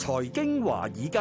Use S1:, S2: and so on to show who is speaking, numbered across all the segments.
S1: 財經華爾街，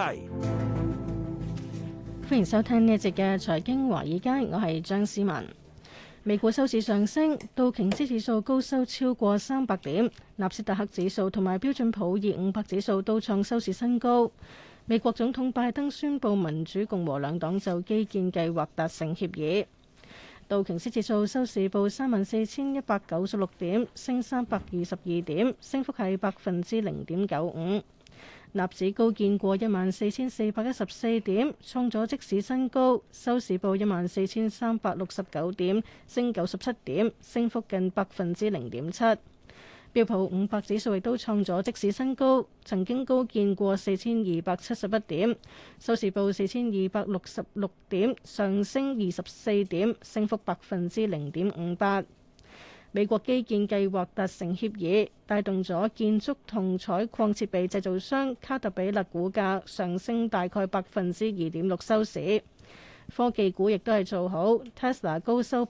S2: 歡迎收聽呢一節嘅財經華爾街，我係張思文。美股收市上升，道瓊斯指數高收超過300點，納斯達克指數同埋標準普爾500指數都創收市新高。美國總統拜登宣布民主共和兩黨就基建計劃達成協議。道瓊斯指數收市報34,196點，升322點，升幅係0.95%。納指高見過14,414點，創咗即市新高，收市報14,369點，升97點，升幅近0.7%。標普500指數亦都創咗即市新高，曾經高見過4,271點，收市報4,266點，上升24點，升幅0.58%。美國基建計劃達成協議，帶動咗建築同採礦設備製造商卡特彼勒股價上升大概2.6%收市。科技股亦都係做好 ，Tesla 高收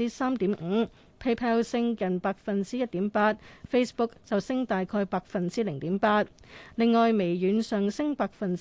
S2: 3.5%，PayPal 升近1.8%， Facebook 就升大概0.8%。另外，微軟上升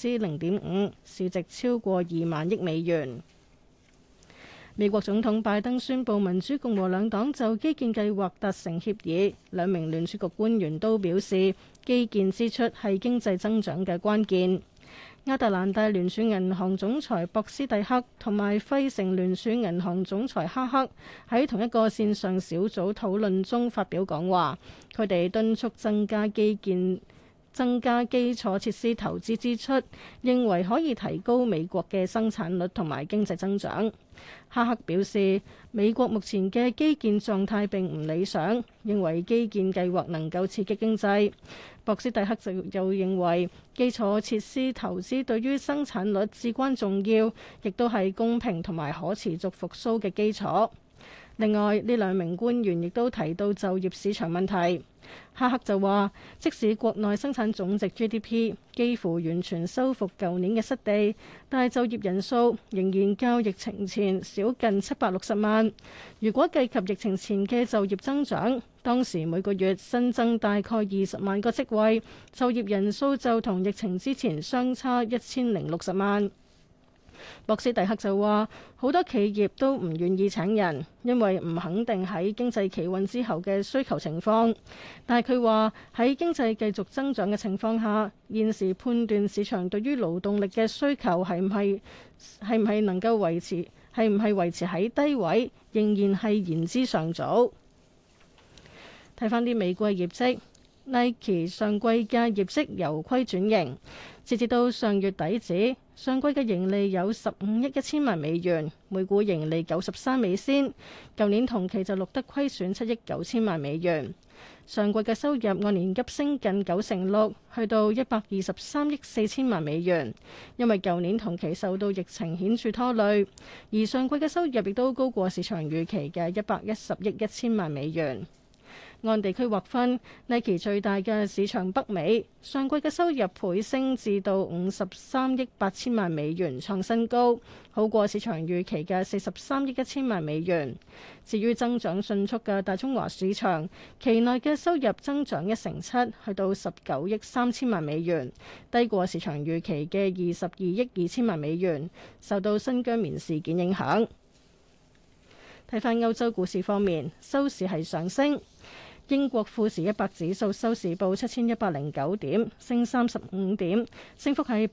S2: 0.5%，市值超過2萬億美元。美國總統拜登宣布民主共和兩黨就基建計劃達成協議，兩名聯儲局官員都表示基建支出係經濟增長嘅關鍵。亞特蘭大聯儲銀行總裁博斯蒂克同埋費城聯儲銀行總裁哈克喺同一個線上小組討論中發表講話，佢哋敦促增加基礎設施投資支出，認為可以提高美國嘅生產率同埋經濟增長。哈克表示，美國目前嘅基建狀態並唔理想，認為基建計劃能夠刺激經濟。博斯蒂克又認為，基礎設施投資對於生產率至關重要，亦都係公平同埋可持續復甦嘅基礎。另外，呢兩名官員亦都提到就業市場問題。哈克就話，即使國內生產總值 GDP 幾乎完全收復舊年嘅失地，但係就業人數仍然較疫情前少近760萬。如果計及疫情前嘅就業增長，當時每個月新增大概20萬個職位，就業人數就同疫情之前相差1060萬。博斯蒂克就話，好多企業都唔願意請人，因為唔肯定喺經濟企穩之後嘅需求情況。但係佢話喺經濟繼續增長嘅情況下，現時判斷市場對於勞動力嘅需求係唔係能夠維持喺低位，仍然係言之尚早。睇返啲美國嘅業績。Nike 上季嘅業績由虧轉盈，截至到上月底止，上季嘅盈利有15億1千萬美元，每股盈利93美仙。舊年同期就錄得虧損7億9千萬美元。上季嘅收入按年急升近96%，去到123億4千萬美元，因為舊年同期受到疫情顯著拖累，而上季嘅收入亦都高過市場預期嘅110億1千萬美元。按地區劃分 ，Nike 最大嘅市場北美，上季嘅收入倍升至到53億8千萬美元，創新高，好過市場預期嘅43億1千萬美元。至於增長迅速嘅大中華市場，期內嘅收入增長1成7，去到19億3千萬美元，低過市場預期嘅22億2千萬美元，受到新疆棉事件影響。睇返歐洲股市方面，收市係上升。英國富時100指數收市報7109點，升35點，升幅係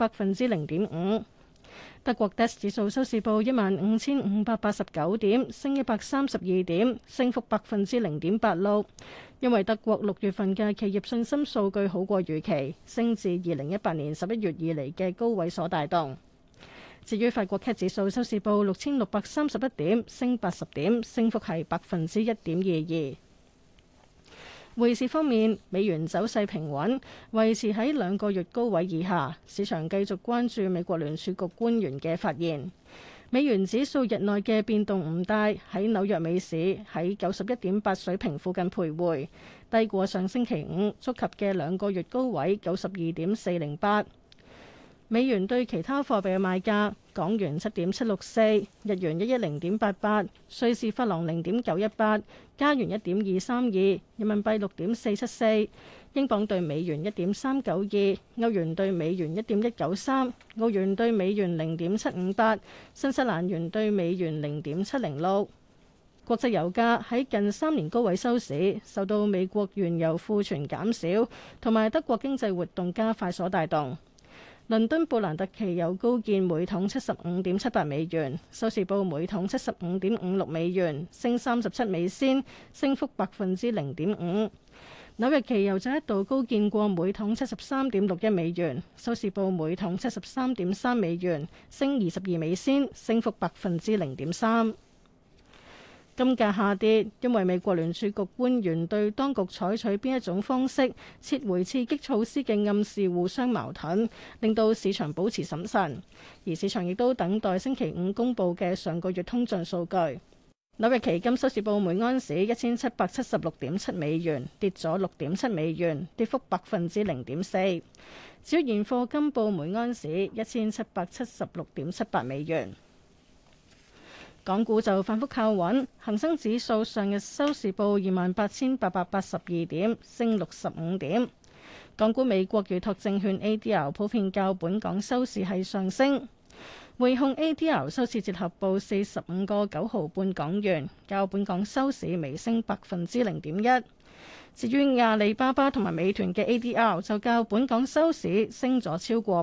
S2: 0.5%。德國 DAX 指數收市報15589點，升132點，升幅0.86%。因為德國6月份嘅企業信心數據好過預期，升至2018年11月以嚟嘅高位所帶動。至於法國 CAC 指數收市報6631點，升80點，升幅係1.22%。匯市方面，美元走勢平穩，維持喺2個月高位以下。市場繼續關注美國聯儲局官員嘅發言。美元指數日內嘅變動唔大，喺紐約美市喺91.8水平附近徘徊，低過上星期五觸及嘅2個月高位92.408。 美元對其他貨幣嘅賣價：港元7.764，日元110.88，瑞士法郎0.918，加元1.232，人民幣6.474，英鎊對美元1.392，歐元對美元1.193，澳元對美元0.758，新西蘭元對美元0.706。國際油價喺近3年高位收市，受到美國原油庫存減少同埋德國經濟活動加快所帶動。倫敦布蘭特期油高見每桶75.78美元，收市報每桶75.56美元，升37美仙，升幅0.5%。紐約期油就一度高見過每桶73.61美元，收市報每桶73.3美元，升22美仙，升幅0.3%。金價下跌，因為美國聯儲局官員對當局採取邊一種方式撤回刺激措施嘅暗示互相矛盾，令到市場保持審慎。而市場亦都等待星期五公佈嘅上個月通脹數據。紐約期金收市報每盎司1776.7美元，跌咗6.7美元，跌幅0.4%。至於現貨金報每盎司1776.78美元。港股就反覆靠穩，恒生指數上日收市報28,882點，升65點。港股美國預託證券 ADR 普遍較本港收市係上升，匯控 ADR 收市折合報45個9毫半港元，較本港收市微升0.1%。至於阿里巴巴同埋美團嘅 ADR 就較本港收市升咗超過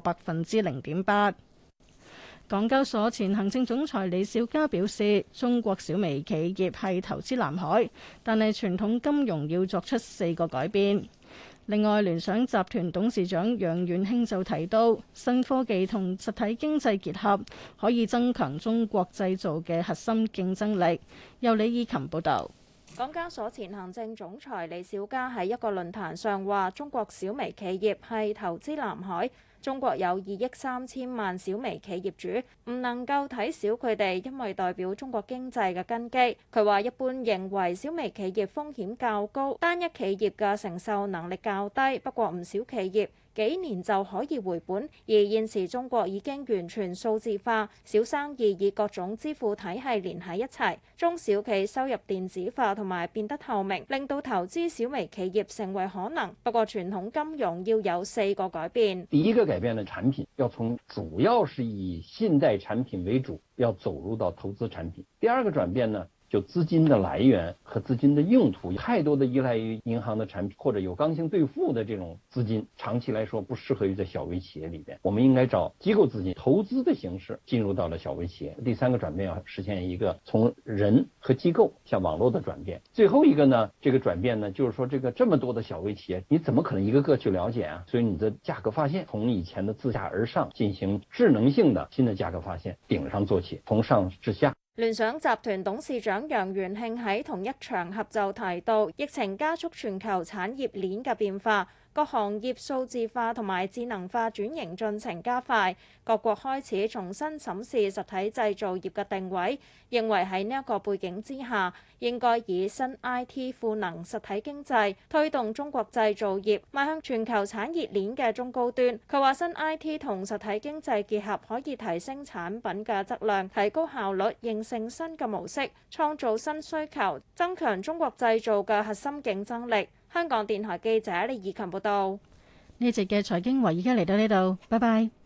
S2: 0.8%。港交所前行政總裁李小加表示，中國小微企業係投資南海，但係傳統金融要作出4個改變。另外，聯想集團董事長楊元慶就提到，新科技同實體經濟結合，可以增強中國製造嘅核心競爭力。由李以琴報導。
S1: 港交所前行政總裁李小加喺一個論壇上話，中國小微企業係投資南海。中國有2億3千萬小微企業主，唔能夠睇小佢哋，因為代表中國經濟嘅根基。佢話一般認為小微企業風險較高，單一企業嘅承受能力較低，不過唔少企業幾年就可以回本，而現時中國已經完全數字化，小生意以各種支付體系連喺一齊，中小企收入電子化同埋變得透明，令到投資小微企業成為可能。不過傳統金融要有4個改變。
S3: 第一個改變的產品要從主要是以信貸產品為主，要走入到投資產品。第二個轉變呢，就資金的來源和資金的用途太多的依賴於銀行的產品或者有剛性兌付的這種資金，長期來說不適合於在小微企業裏邊。我們應該找機構資金投資的形式進入到了小微企業。第三個轉變要實現一個從人和機構向網絡的轉變。最後一個呢，這個轉變呢，就是說這麼多的小微企業，你怎麼可能一個個去了解啊？所以你的價格發現從以前的自下而上進行智能性的新的價格發現，頂上做起，從上至下。
S1: 聯想集團董事長楊元慶喺同一場合就提到，疫情加速全球產業鏈嘅變化，各行業數字化同埋智能化轉型進程加快，各國開始重新審視實體製造業嘅定位，認為喺呢一個背景之下，應該以新 IT 賦能實體經濟，推動中國製造業邁向全球產業鏈嘅中高端。佢話新 IT 同實體經濟結合可以提升產品嘅質量，提高效率，形成新嘅模式，創造新需求，增強中國製造嘅核心競爭力。香港電台記者李怡琴報道。
S2: 呢節嘅財經華爾街嚟到呢度，拜拜。